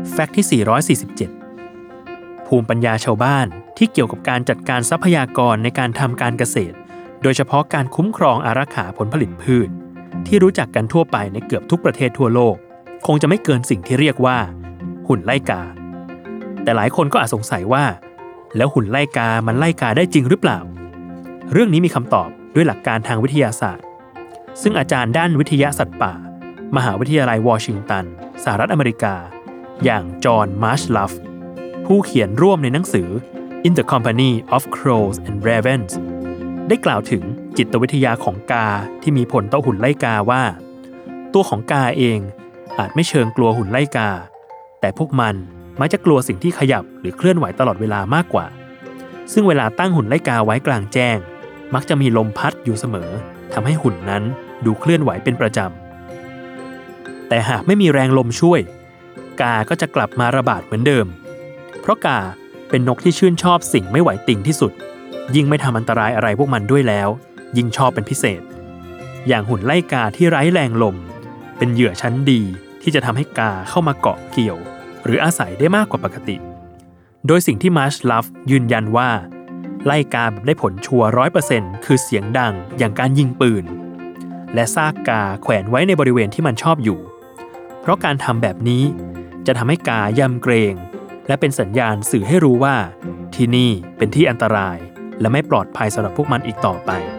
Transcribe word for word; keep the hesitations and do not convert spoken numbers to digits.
แฟกต์ที่สี่ร้อยสี่สิบเจ็ดภูมิปัญญาชาวบ้านที่เกี่ยวกับการจัดการทรัพยากรในการทำการเกษตรโดยเฉพาะการคุ้มครองอารักขาผลผลิตพืชที่รู้จักกันทั่วไปในเกือบทุกประเทศทั่วโลกคงจะไม่เกินสิ่งที่เรียกว่าหุ่นไล่กาแต่หลายคนก็อาจสงสัยว่าแล้วหุ่นไล่กามันไล่กาได้จริงหรือเปล่าเรื่องนี้มีคำตอบด้วยหลักการทางวิทยาศาสตร์ซึ่งอาจารย์ด้านวิทยาสัตว์ป่ามหาวิทยาลัยวอชิงตันสหรัฐอเมริกาอย่างจอห์นมาร์ชลัฟผู้เขียนร่วมในหนังสือ In the Company of Crows and Ravens ได้กล่าวถึงจิตวิทยาของกาที่มีผลต่อหุ่นไล่กาว่าตัวของกาเองอาจไม่เชิงกลัวหุ่นไล่กาแต่พวกมันมักจะกลัวสิ่งที่ขยับหรือเคลื่อนไหวตลอดเวลามากกว่าซึ่งเวลาตั้งหุ่นไล่กาไว้กลางแจ้งมักจะมีลมพัดอยู่เสมอทำให้หุ่นนั้นดูเคลื่อนไหวเป็นประจำแต่หากไม่มีแรงลมช่วยกาก็จะกลับมาระบาดเหมือนเดิมเพราะกาเป็นนกที่ชื่นชอบสิ่งไม่ไหวติ่งที่สุดยิ่งไม่ทำอันตรายอะไรพวกมันด้วยแล้วยิ่งชอบเป็นพิเศษอย่างหุ่นไล่กาที่ไร้แรงลมเป็นเหยื่อชั้นดีที่จะทำให้กาเข้ามาเกาะเกี่ยวหรืออาศัยได้มากกว่าปกติโดยสิ่งที่มาร์ชลัฟยืนยันว่าไล่กาแบบได้ผลชัวร์ ร้อยเปอร์เซ็นต์ คือเสียงดังอย่างการยิงปืนและซากกาแขวนไว้ในบริเวณที่มันชอบอยู่เพราะการทำแบบนี้จะทำให้กายำเกรงและเป็นสัญญาณสื่อให้รู้ว่าที่นี่เป็นที่อันตรายและไม่ปลอดภัยสำหรับพวกมันอีกต่อไป